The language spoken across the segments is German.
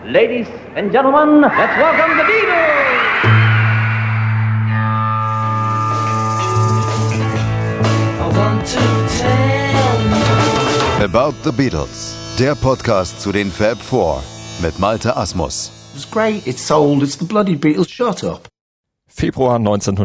Ladies and gentlemen, let's welcome the Beatles! I want to tell About the Beatles, der Podcast zu den Fab Four mit Malte Asmus. It's great, it's sold, it's the bloody Beatles, shut up. Februar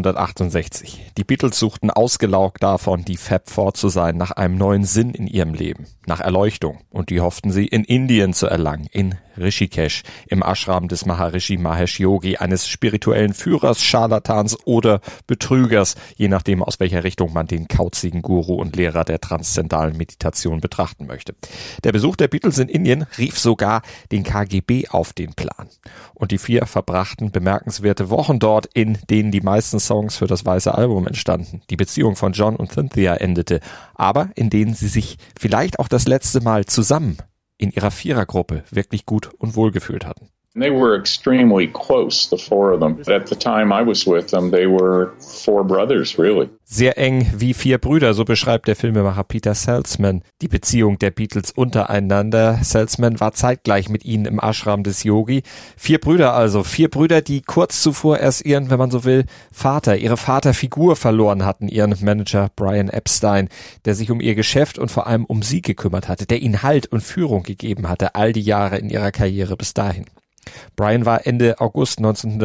1968. Die Beatles suchten ausgelaugt davon, die Fab Four zu sein, nach einem neuen Sinn in ihrem Leben, nach Erleuchtung. Und die hofften sie in Indien zu erlangen, in Rishikesh, im Ashram des Maharishi Mahesh Yogi, eines spirituellen Führers, Scharlatans oder Betrügers, je nachdem, aus welcher Richtung man den kauzigen Guru und Lehrer der transzendentalen Meditation betrachten möchte. Der Besuch der Beatles in Indien rief sogar den KGB auf den Plan. Und die vier verbrachten bemerkenswerte Wochen dort, in denen die meisten Songs für das Weiße Album entstanden. Die Beziehung von John und Cynthia endete, aber in denen sie sich vielleicht auch das letzte Mal zusammen in ihrer Vierergruppe wirklich gut und wohl gefühlt hatten. They were extremely close, the four of them. At the time I was with them, they were four brothers, really. Sehr eng wie vier Brüder, so beschreibt der Filmemacher Peter Saltzman die Beziehung der Beatles untereinander. Saltzman war zeitgleich mit ihnen im Ashram des Yogi. Vier Brüder also, vier Brüder, die kurz zuvor erst ihren, wenn man so will, ihre Vaterfigur verloren hatten, ihren Manager Brian Epstein, der sich um ihr Geschäft und vor allem um sie gekümmert hatte, der ihnen Halt und Führung gegeben hatte, all die Jahre in ihrer Karriere bis dahin. Brian war Ende August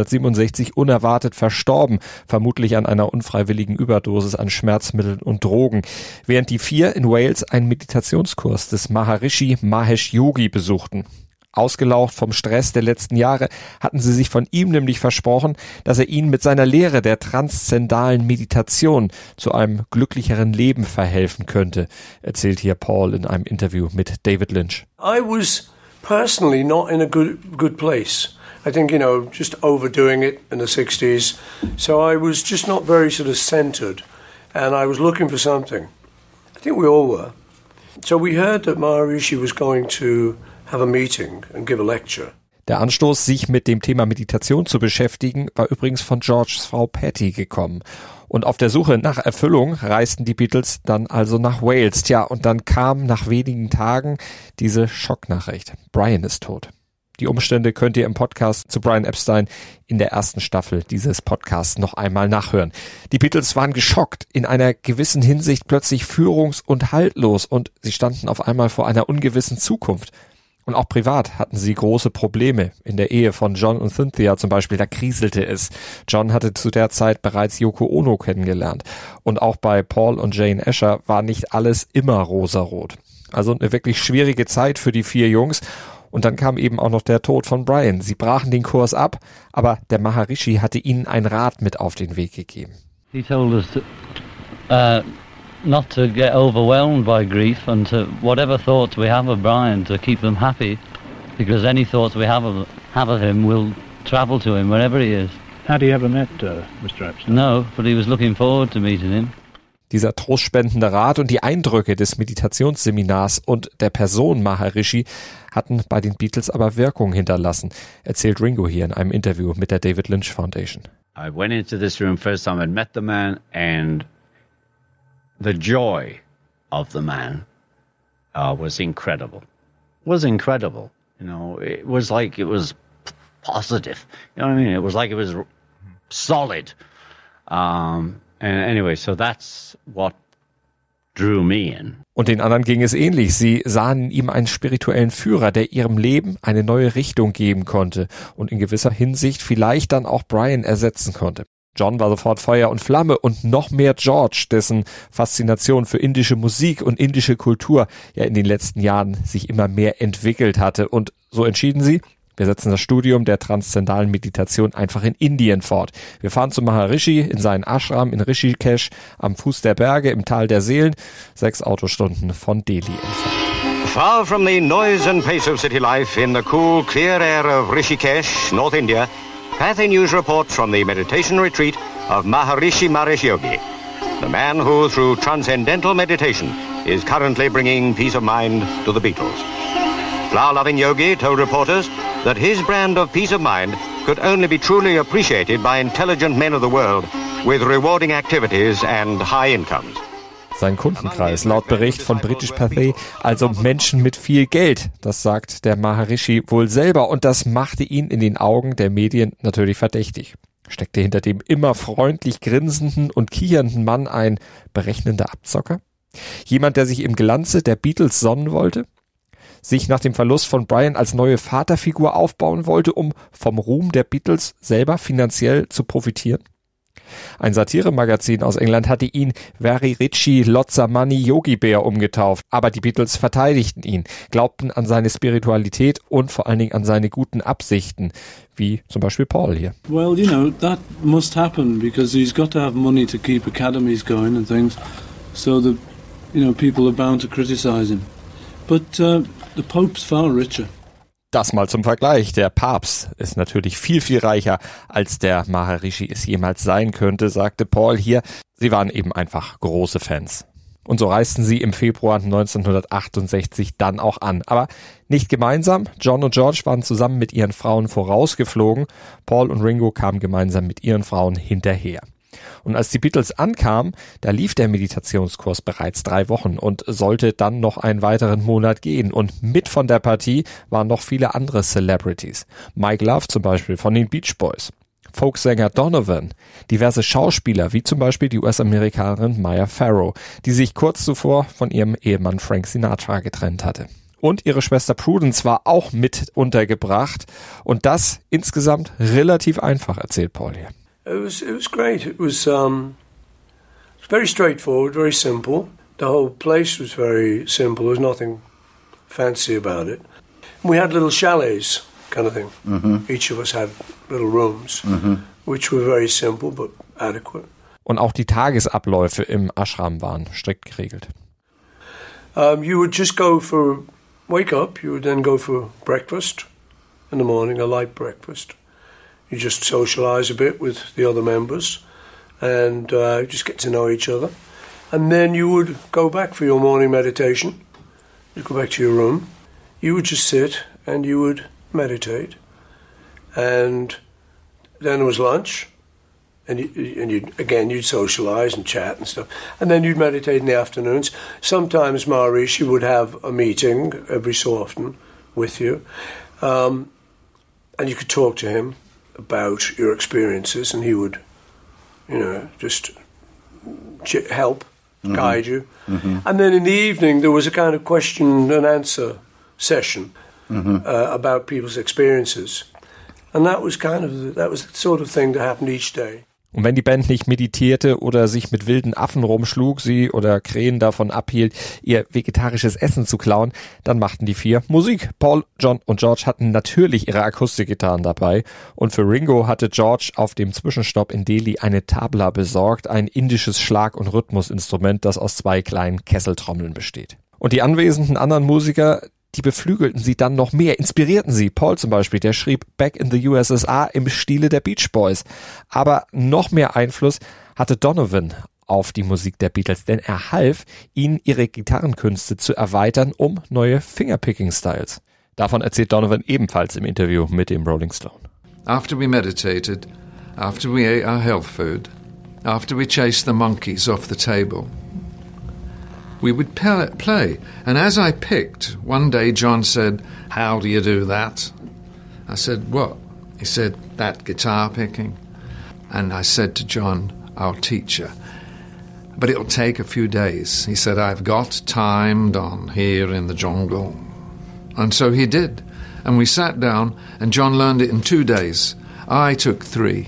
1967 unerwartet verstorben, vermutlich an einer unfreiwilligen Überdosis an Schmerzmitteln und Drogen, während die vier in Wales einen Meditationskurs des Maharishi Mahesh Yogi besuchten. Ausgelaugt vom Stress der letzten Jahre hatten sie sich von ihm nämlich versprochen, dass er ihnen mit seiner Lehre der transzendentalen Meditation zu einem glücklicheren Leben verhelfen könnte, erzählt hier Paul in einem Interview mit David Lynch. I was personally not in a good place. I think, just overdoing it in the 60s. So I was just not very sort of centered, and I was looking for something. I think we all were. So we heard that Maharishi was going to have a meeting and give a lecture. Der Anstoß, sich mit dem Thema Meditation zu beschäftigen, war übrigens von Georges Frau Patty gekommen. Und auf der Suche nach Erfüllung reisten die Beatles dann also nach Wales. Tja, und dann kam nach wenigen Tagen diese Schocknachricht. Brian ist tot. Die Umstände könnt ihr im Podcast zu Brian Epstein in der ersten Staffel dieses Podcasts noch einmal nachhören. Die Beatles waren geschockt, in einer gewissen Hinsicht plötzlich führungs- und haltlos, und sie standen auf einmal vor einer ungewissen Zukunft. Und auch privat hatten sie große Probleme. In der Ehe von John und Cynthia zum Beispiel, da kriselte es. John hatte zu der Zeit bereits Yoko Ono kennengelernt. Und auch bei Paul und Jane Asher war nicht alles immer rosarot. Also eine wirklich schwierige Zeit für die vier Jungs. Und dann kam eben auch noch der Tod von Brian. Sie brachen den Kurs ab, aber der Maharishi hatte ihnen einen Rat mit auf den Weg gegeben. He told us not to get overwhelmed by grief, and to whatever thoughts we have of Brian, to keep them happy, because any thoughts we have of him will travel to him wherever he is. Had he ever met Mr. Epstein? No, but he was looking forward to meeting him. Dieser trostspendende Rat und die Eindrücke des Meditationsseminars und der Person Maharishi hatten bei den Beatles aber Wirkung hinterlassen, erzählt Ringo hier in einem Interview mit der David Lynch Foundation. I went into this room first time I'd met the man, and the joy of the man was incredible. Was incredible. It was like it was positive. You know what I mean? It was like it was solid. And anyway, so that's what drew me in. Und den anderen ging es ähnlich. Sie sahen in ihm einen spirituellen Führer, der ihrem Leben eine neue Richtung geben konnte und in gewisser Hinsicht vielleicht dann auch Brian ersetzen konnte. John war sofort Feuer und Flamme, und noch mehr George, dessen Faszination für indische Musik und indische Kultur ja in den letzten Jahren sich immer mehr entwickelt hatte. Und so entschieden sie, wir setzen das Studium der transzendentalen Meditation einfach in Indien fort. Wir fahren zu Maharishi in seinen Ashram in Rishikesh am Fuß der Berge im Tal der Seelen, 6 Autostunden von Delhi entfernt. Far from the noise and pace of city life, in the cool, clear air of Rishikesh, North India, Cathay News reports from the meditation retreat of Maharishi Mahesh Yogi, the man who, through transcendental meditation, is currently bringing peace of mind to the Beatles. Flower-loving Yogi told reporters that his brand of peace of mind could only be truly appreciated by intelligent men of the world with rewarding activities and high incomes. Sein Kundenkreis, laut Bericht von British Pathé, also Menschen mit viel Geld. Das sagt der Maharishi wohl selber und das machte ihn in den Augen der Medien natürlich verdächtig. Steckte hinter dem immer freundlich grinsenden und kichernden Mann ein berechnender Abzocker? Jemand, der sich im Glanze der Beatles sonnen wollte? Sich nach dem Verlust von Brian als neue Vaterfigur aufbauen wollte, um vom Ruhm der Beatles selber finanziell zu profitieren? Ein Satiremagazin aus England hatte ihn Very Richie Lots of Money Yogi Bear umgetauft, aber die Beatles verteidigten ihn, glaubten an seine Spiritualität und vor allen Dingen an seine guten Absichten, wie zum Beispiel Paul hier. Well, you know, that must happen because he's got to have money to keep academies going and things, so that, you know, people are bound to criticize him. But the Pope's far richer. Das mal zum Vergleich. Der Papst ist natürlich viel, viel reicher, als der Maharishi es jemals sein könnte, sagte Paul hier. Sie waren eben einfach große Fans. Und so reisten sie im Februar 1968 dann auch an. Aber nicht gemeinsam. John und George waren zusammen mit ihren Frauen vorausgeflogen. Paul und Ringo kamen gemeinsam mit ihren Frauen hinterher. Und als die Beatles ankamen, da lief der Meditationskurs bereits 3 Wochen und sollte dann noch einen weiteren Monat gehen. Und mit von der Partie waren noch viele andere Celebrities. Mike Love zum Beispiel von den Beach Boys, Folksänger Donovan, diverse Schauspieler wie zum Beispiel die US-Amerikanerin Maya Farrow, die sich kurz zuvor von ihrem Ehemann Frank Sinatra getrennt hatte. Und ihre Schwester Prudence war auch mit untergebracht. Und das insgesamt relativ einfach, erzählt Paul hier. It was great. It was very straightforward, very simple. The whole place was very simple. There was nothing fancy about it. And we had little chalets, kind of thing. Mm-hmm. Each of us had little rooms, which were very simple but adequate. Und auch die Tagesabläufe im Ashram waren strikt geregelt. You would just wake up, you would then go for breakfast in the morning, a light breakfast. You just socialise a bit with the other members and just get to know each other. And then you would go back for your morning meditation. You'd go back to your room. You would just sit and you would meditate. And then there was lunch. And you'd socialise and chat and stuff. And then you'd meditate in the afternoons. Sometimes Maharishi would have a meeting every so often with you. And you could talk to him about your experiences, and he would, you know, just help, guide you. Mm-hmm. And then in the evening there was a kind of question and answer session about people's experiences. And that was the sort of thing that happened each day. Und wenn die Band nicht meditierte oder sich mit wilden Affen rumschlug, sie oder Krähen davon abhielt, ihr vegetarisches Essen zu klauen, dann machten die 4 Musik. Paul, John und George hatten natürlich ihre Akustikgitarren dabei. Und für Ringo hatte George auf dem Zwischenstopp in Delhi eine Tabla besorgt, ein indisches Schlag- und Rhythmusinstrument, das aus 2 kleinen Kesseltrommeln besteht. Und die anwesenden anderen Musiker, die beflügelten sie dann noch mehr, inspirierten sie. Paul zum Beispiel, der schrieb Back in the USSR im Stile der Beach Boys. Aber noch mehr Einfluss hatte Donovan auf die Musik der Beatles, denn er half ihnen, ihre Gitarrenkünste zu erweitern um neue Fingerpicking-Styles. Davon erzählt Donovan ebenfalls im Interview mit dem Rolling Stone. After we meditated, after we ate our health food, after we chased the monkeys off the table, we would play, and as I picked, one day John said, "How do you do that?" I said, "What?" He said, "That guitar picking." And I said to John, "I'll teach you. But it'll take a few days." He said, "I've got time done here in the jungle." And so he did. And we sat down, and John learned it in 2 days. I took 3.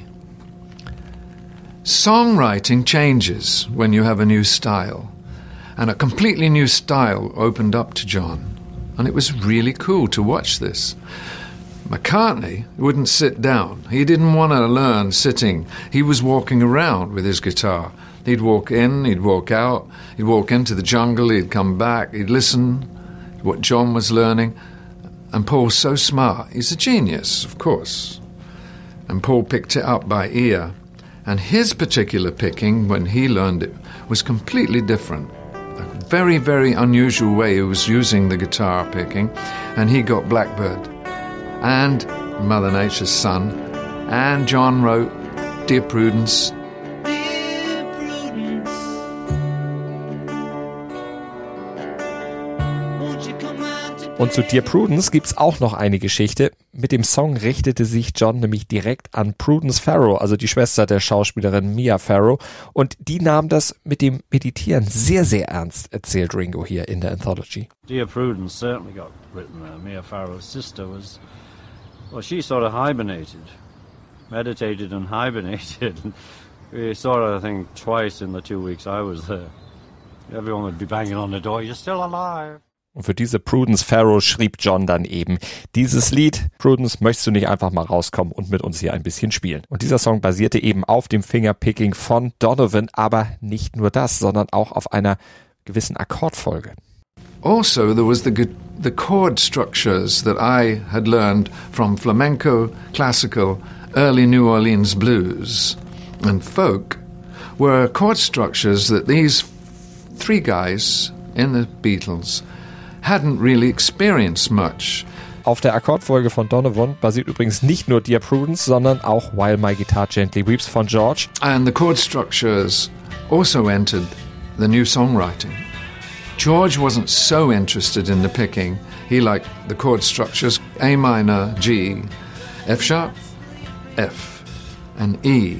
Songwriting changes when you have a new style. And a completely new style opened up to John. And it was really cool to watch this. McCartney wouldn't sit down. He didn't want to learn sitting. He was walking around with his guitar. He'd walk in, he'd walk out, he'd walk into the jungle, he'd come back, he'd listen to what John was learning. And Paul's so smart. He's a genius, of course. And Paul picked it up by ear. And his particular picking, when he learned it, was completely different. Very, very unusual way he was using the guitar picking, and he got Blackbird and Mother Nature's Son, and John wrote Dear Prudence. Dear Prudence, Und zu Dear Prudence gibt's auch noch eine Geschichte. Mit dem Song richtete sich John nämlich direkt an Prudence Farrow, also die Schwester der Schauspielerin Mia Farrow. Und die nahm das mit dem Meditieren sehr, sehr ernst, erzählt Ringo hier in der Anthology. Dear Prudence certainly got written there. Mia Farrow's sister was, well, she sort of meditated and hibernated. We saw her, I think, twice in the 2 weeks I was there. Everyone would be banging on the door, you're still alive. Und für diese Prudence Farrow schrieb John dann eben dieses Lied. Prudence, möchtest du nicht einfach mal rauskommen und mit uns hier ein bisschen spielen? Und dieser Song basierte eben auf dem Fingerpicking von Donovan, aber nicht nur das, sondern auch auf einer gewissen Akkordfolge. Also, there was the chord structures that I had learned from flamenco, classical, early New Orleans blues and folk were chord structures that these three guys in the Beatles hadn't really experienced much. Auf der Akkordfolge von Donovan basiert übrigens nicht nur Dear Prudence, sondern auch While My Guitar Gently Weeps von George. And the chord structures also entered the new songwriting. George wasn't so interested in the picking. He liked the chord structures A minor, G, F sharp, F, and E.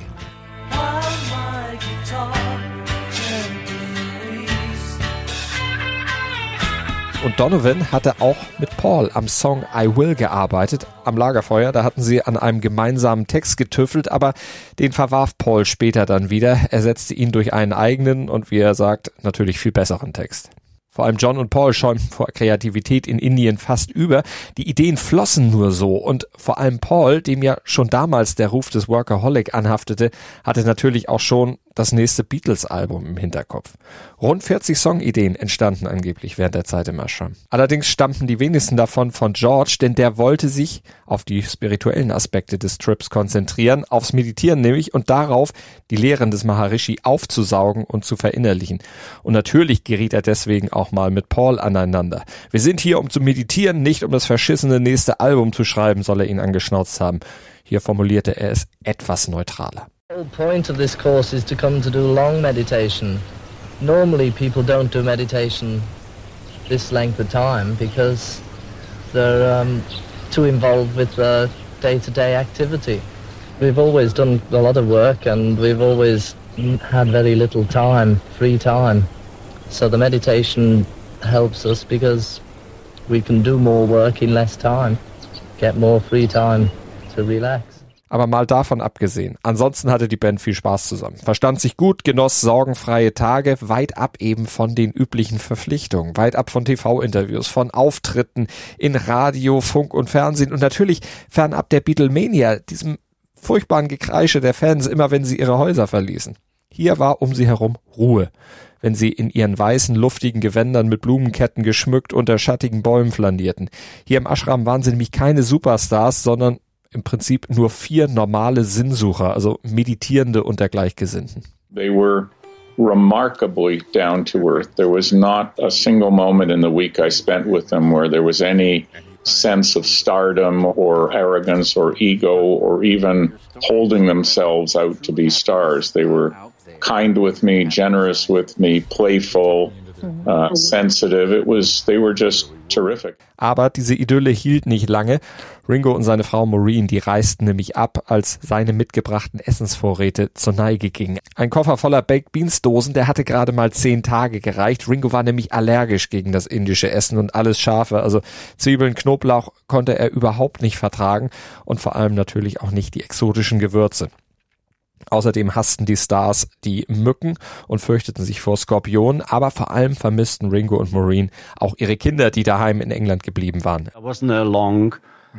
Und Donovan hatte auch mit Paul am Song I Will gearbeitet, am Lagerfeuer. Da hatten sie an einem gemeinsamen Text getüffelt, aber den verwarf Paul später dann wieder. Er setzte ihn durch einen eigenen und, wie er sagt, natürlich viel besseren Text. Vor allem John und Paul schäumten vor Kreativität in Indien fast über. Die Ideen flossen nur so und vor allem Paul, dem ja schon damals der Ruf des Workaholic anhaftete, hatte natürlich auch schon das nächste Beatles-Album im Hinterkopf. Rund 40 Songideen entstanden angeblich während der Zeit im Ashram. Allerdings stammten die wenigsten davon von George, denn der wollte sich auf die spirituellen Aspekte des Trips konzentrieren, aufs Meditieren nämlich und darauf, die Lehren des Maharishi aufzusaugen und zu verinnerlichen. Und natürlich geriet er deswegen auch mal mit Paul aneinander. Wir sind hier, um zu meditieren, nicht um das verschissene nächste Album zu schreiben, soll er ihn angeschnauzt haben. Hier formulierte er es etwas neutraler. The whole point of this course is to come to do long meditation. Normally people don't do meditation this length of time because they're too involved with the day-to-day activity. We've always done a lot of work and we've always had very little time, free time. So the meditation helps us because we can do more work in less time, get more free time to relax. Aber mal davon abgesehen, ansonsten hatte die Band viel Spaß zusammen. Verstand sich gut, genoss sorgenfreie Tage, weit ab eben von den üblichen Verpflichtungen, weit ab von TV-Interviews, von Auftritten in Radio, Funk und Fernsehen und natürlich fernab der Beatlemania, diesem furchtbaren Gekreische der Fans, immer wenn sie ihre Häuser verließen. Hier war um sie herum Ruhe, wenn sie in ihren weißen, luftigen Gewändern mit Blumenketten geschmückt unter schattigen Bäumen flanierten. Hier im Ashram waren sie nämlich keine Superstars, sondern im Prinzip nur 4 normale Sinnsucher, also Meditierende unter Gleichgesinnten. They were remarkably down to earth. There was not a single moment in the week I spent with them where there was any sense of stardom or arrogance or ego or even holding themselves out to be stars. They were kind with me, generous with me, playful, sensitive. They were just terrific. Aber diese Idylle hielt nicht lange. Ringo und seine Frau Maureen, die reisten nämlich ab, als seine mitgebrachten Essensvorräte zur Neige gingen. Ein Koffer voller Baked Beans Dosen, der hatte gerade mal 10 Tage gereicht. Ringo war nämlich allergisch gegen das indische Essen und alles Scharfe. Also Zwiebeln, Knoblauch konnte er überhaupt nicht vertragen und vor allem natürlich auch nicht die exotischen Gewürze. Außerdem hassten die Stars die Mücken und fürchteten sich vor Skorpionen, aber vor allem vermissten Ringo und Maureen auch ihre Kinder, die daheim in England geblieben waren. I wasn't there long.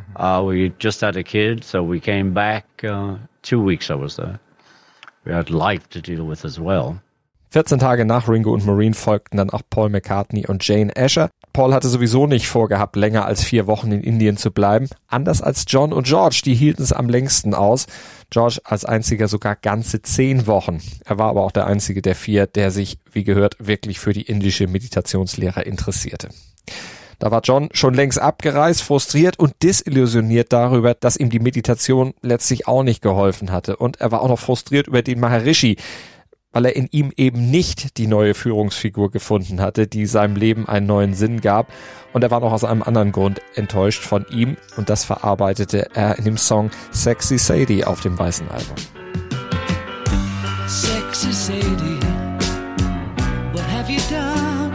We just had a kid, so we came back. 2 weeks I was there. We had life to deal with as well. 14 Tage nach Ringo und Maureen folgten dann auch Paul McCartney und Jane Asher. Paul hatte sowieso nicht vorgehabt, länger als 4 Wochen in Indien zu bleiben. Anders als John und George, die hielten es am längsten aus. George als einziger sogar ganze 10 Wochen. Er war aber auch der einzige der 4, der sich, wie gehört, wirklich für die indische Meditationslehre interessierte. Da war John schon längst abgereist, frustriert und desillusioniert darüber, dass ihm die Meditation letztlich auch nicht geholfen hatte. Und er war auch noch frustriert über den Maharishi. weil er in ihm eben nicht die neue Führungsfigur gefunden hatte, die seinem Leben einen neuen Sinn gab. Und er war noch aus einem anderen Grund enttäuscht von ihm. Und das verarbeitete er in dem Song Sexy Sadie auf dem weißen Album. Sexy Sadie, what have you done?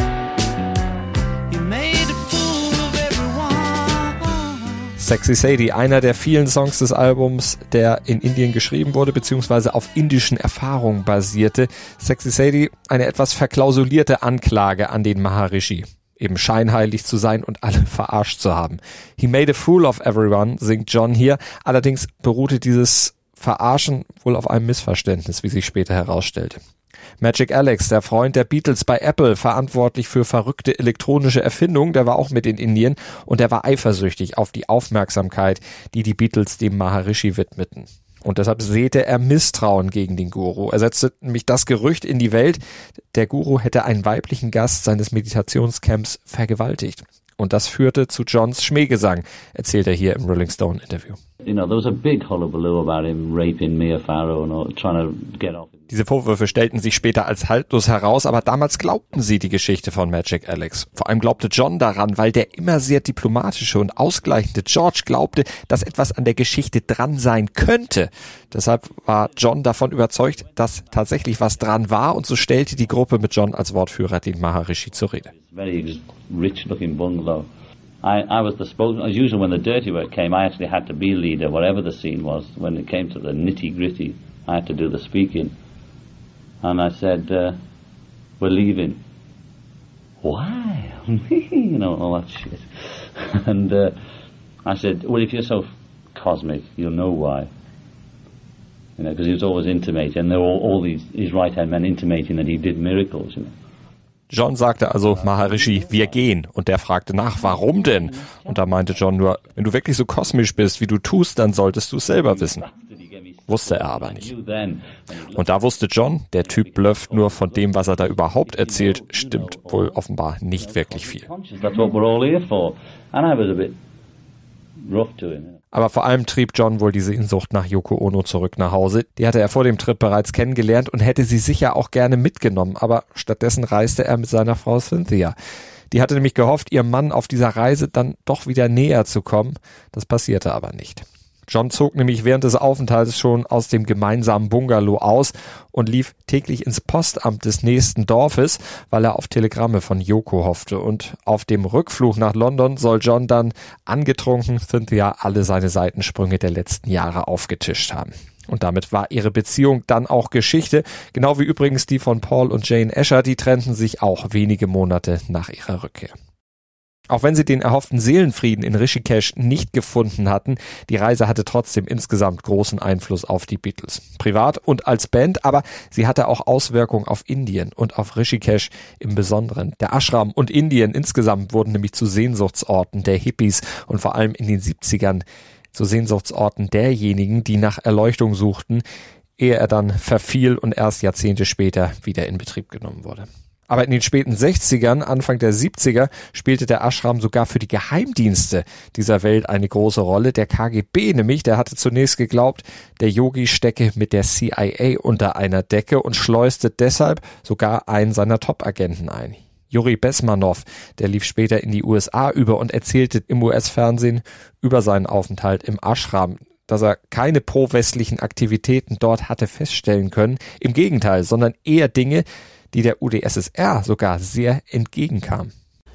You made a fool of everyone. Sexy Sadie, einer der vielen Songs des Albums, der in Indien geschrieben wurde, beziehungsweise auf indischen Erfahrungen basierte. Sexy Sadie, eine etwas verklausulierte Anklage an den Maharishi, eben scheinheilig zu sein und alle verarscht zu haben. He made a fool of everyone, singt John hier. Allerdings beruhte dieses Verarschen wohl auf einem Missverständnis, wie sich später herausstellte. Magic Alex, der Freund der Beatles bei Apple, verantwortlich für verrückte elektronische Erfindungen, der war auch mit in Indien und der war eifersüchtig auf die Aufmerksamkeit, die die Beatles dem Maharishi widmeten. Und deshalb säte er Misstrauen gegen den Guru. Er setzte nämlich das Gerücht in die Welt, der Guru hätte einen weiblichen Gast seines Meditationscamps vergewaltigt. Und das führte zu Johns Schmähgesang, erzählt er hier im Rolling Stone Interview. You know, there was a big hullabaloo about him raping Mia Farrow and trying to get off. Diese Vorwürfe stellten sich später als haltlos heraus, aber damals glaubten sie die Geschichte von Magic Alex. Vor allem glaubte John daran, weil der immer sehr diplomatische und ausgleichende George glaubte, dass etwas an der Geschichte dran sein könnte. Deshalb war John davon überzeugt, dass tatsächlich was dran war, und so stellte die Gruppe mit John als Wortführer den Maharishi zur Rede. Very rich-looking bungalow. I was the spokesman. As usual, when the dirty work came, I actually had to be leader, whatever the scene was. When it came to the nitty-gritty, I had to do the speaking. And I said, we're leaving. Why? You know, all that shit. And I said, well, if you're so cosmic, you'll know why. You know, because he was always intimating, and there were all these his right-hand men intimating that he did miracles, you know. John sagte also, Maharishi, wir gehen. Und der fragte nach, warum denn? Und da meinte John nur, wenn du wirklich so kosmisch bist, wie du tust, dann solltest du es selber wissen. Wusste er aber nicht. Und da wusste John, der Typ blufft nur, von dem, was er da überhaupt erzählt, stimmt wohl offenbar nicht wirklich viel. Aber vor allem trieb John wohl die Sehnsucht nach Yoko Ono zurück nach Hause. Die hatte er vor dem Trip bereits kennengelernt und hätte sie sicher auch gerne mitgenommen. Aber stattdessen reiste er mit seiner Frau Cynthia. Die hatte nämlich gehofft, ihrem Mann auf dieser Reise dann doch wieder näher zu kommen. Das passierte aber nicht. John zog nämlich während des Aufenthalts schon aus dem gemeinsamen Bungalow aus und lief täglich ins Postamt des nächsten Dorfes, weil er auf Telegramme von Yoko hoffte. Und auf dem Rückflug nach London soll John dann angetrunken Cynthia alle seine Seitensprünge der letzten Jahre aufgetischt haben. Und damit war ihre Beziehung dann auch Geschichte, genau wie übrigens die von Paul und Jane Asher, die trennten sich auch wenige Monate nach ihrer Rückkehr. Auch wenn sie den erhofften Seelenfrieden in Rishikesh nicht gefunden hatten, die Reise hatte trotzdem insgesamt großen Einfluss auf die Beatles. Privat und als Band, aber sie hatte auch Auswirkungen auf Indien und auf Rishikesh im Besonderen. Der Ashram und Indien insgesamt wurden nämlich zu Sehnsuchtsorten der Hippies und vor allem in den 70ern zu Sehnsuchtsorten derjenigen, die nach Erleuchtung suchten, ehe er dann verfiel und erst Jahrzehnte später wieder in Betrieb genommen wurde. Aber in den späten 60ern, Anfang der 70er spielte der Ashram sogar für die Geheimdienste dieser Welt eine große Rolle. Der KGB nämlich, der hatte zunächst geglaubt, der Yogi stecke mit der CIA unter einer Decke und schleuste deshalb sogar einen seiner Top-Agenten ein. Yuri Bezmenov, der lief später in die USA über und erzählte im US-Fernsehen über seinen Aufenthalt im Ashram, dass er keine pro-westlichen Aktivitäten dort hatte feststellen können. Im Gegenteil, sondern eher Dinge, die der UdSSR sogar sehr entgegenkam.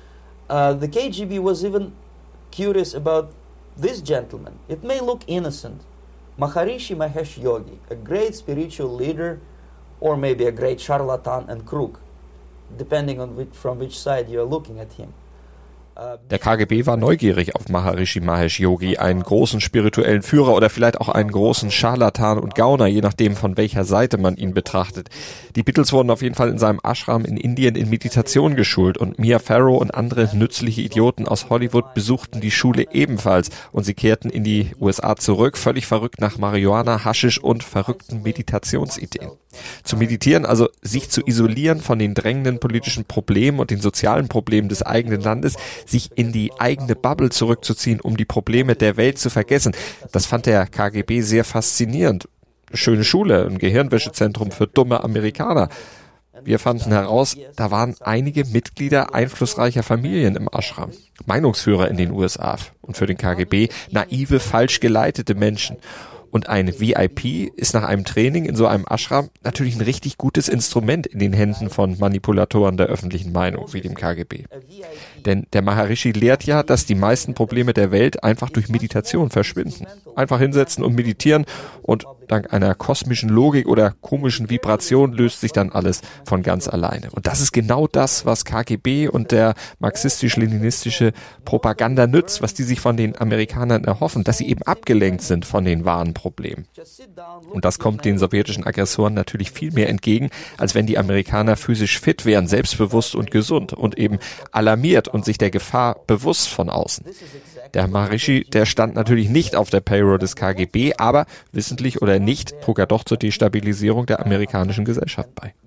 The KGB was even curious about this gentleman. It may look innocent. Maharishi Mahesh Yogi, a great spiritual leader or maybe a great charlatan and crook, depending on from which side you are looking at him. Der KGB war neugierig auf Maharishi Mahesh Yogi, einen großen spirituellen Führer oder vielleicht auch einen großen Scharlatan und Gauner, je nachdem von welcher Seite man ihn betrachtet. Die Beatles wurden auf jeden Fall in seinem Ashram in Indien in Meditation geschult und Mia Farrow und andere nützliche Idioten aus Hollywood besuchten die Schule ebenfalls und sie kehrten in die USA zurück, völlig verrückt nach Marihuana, Haschisch und verrückten Meditationsideen. Zu meditieren, also sich zu isolieren von den drängenden politischen Problemen und den sozialen Problemen des eigenen Landes, sich in die eigene Bubble zurückzuziehen, um die Probleme der Welt zu vergessen. Das fand der KGB sehr faszinierend. schöne Schule, ein Gehirnwäschezentrum für dumme Amerikaner. Wir fanden heraus, da waren einige Mitglieder einflussreicher Familien im Ashram, Meinungsführer in den USA und für den KGB naive, falsch geleitete Menschen. Und ein VIP ist nach einem Training in so einem Ashram natürlich ein richtig gutes Instrument in den Händen von Manipulatoren der öffentlichen Meinung, wie dem KGB. Denn der Maharishi lehrt ja, dass die meisten Probleme der Welt einfach durch Meditation verschwinden. Einfach hinsetzen und meditieren und dank einer kosmischen Logik oder komischen Vibration löst sich dann alles von ganz alleine. Und das ist genau das, was KGB und der marxistisch-leninistische Propaganda nützt, was die sich von den Amerikanern erhoffen, dass sie eben abgelenkt sind von den wahren Problemen. Und das kommt den sowjetischen Aggressoren natürlich viel mehr entgegen, als wenn die Amerikaner physisch fit wären, selbstbewusst und gesund und eben alarmiert und sich der Gefahr bewusst von außen. Der Maharishi, der stand natürlich nicht auf der Payroll des KGB, aber wissentlich oder nicht, trug er doch zur Destabilisierung der amerikanischen Gesellschaft bei.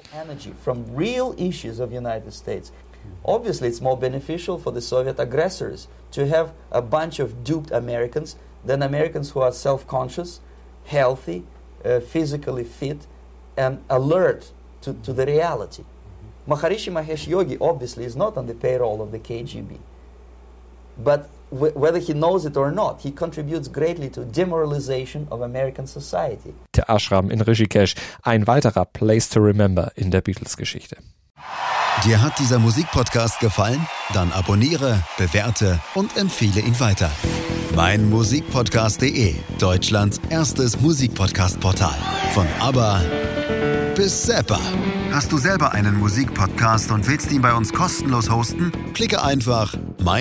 Obviously, it's more beneficial for the Soviet aggressors to have a bunch of duped Americans than Americans who are self-conscious, healthy, physically fit, and alert to the reality. Maharishi Mahesh Yogi obviously is not on the payroll of the KGB. But whether he knows it or not, he contributes greatly to demoralization of American society. Der Ashram in Rishikesh, ein weiterer Place to Remember in der Beatles-Geschichte. Dir hat dieser Musikpodcast gefallen? Dann abonniere, bewerte und empfehle ihn weiter. meinmusikpodcast.de, Deutschlands erstes Musikpodcast-Portal. Von ABBA bis Zappa. Hast du selber einen Musikpodcast und willst ihn bei uns kostenlos hosten? Klicke einfach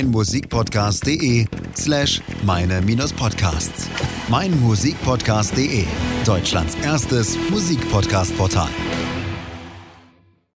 meinmusikpodcast.de/meine-podcasts. meinmusikpodcast.de, Deutschlands erstes Musikpodcast-Portal.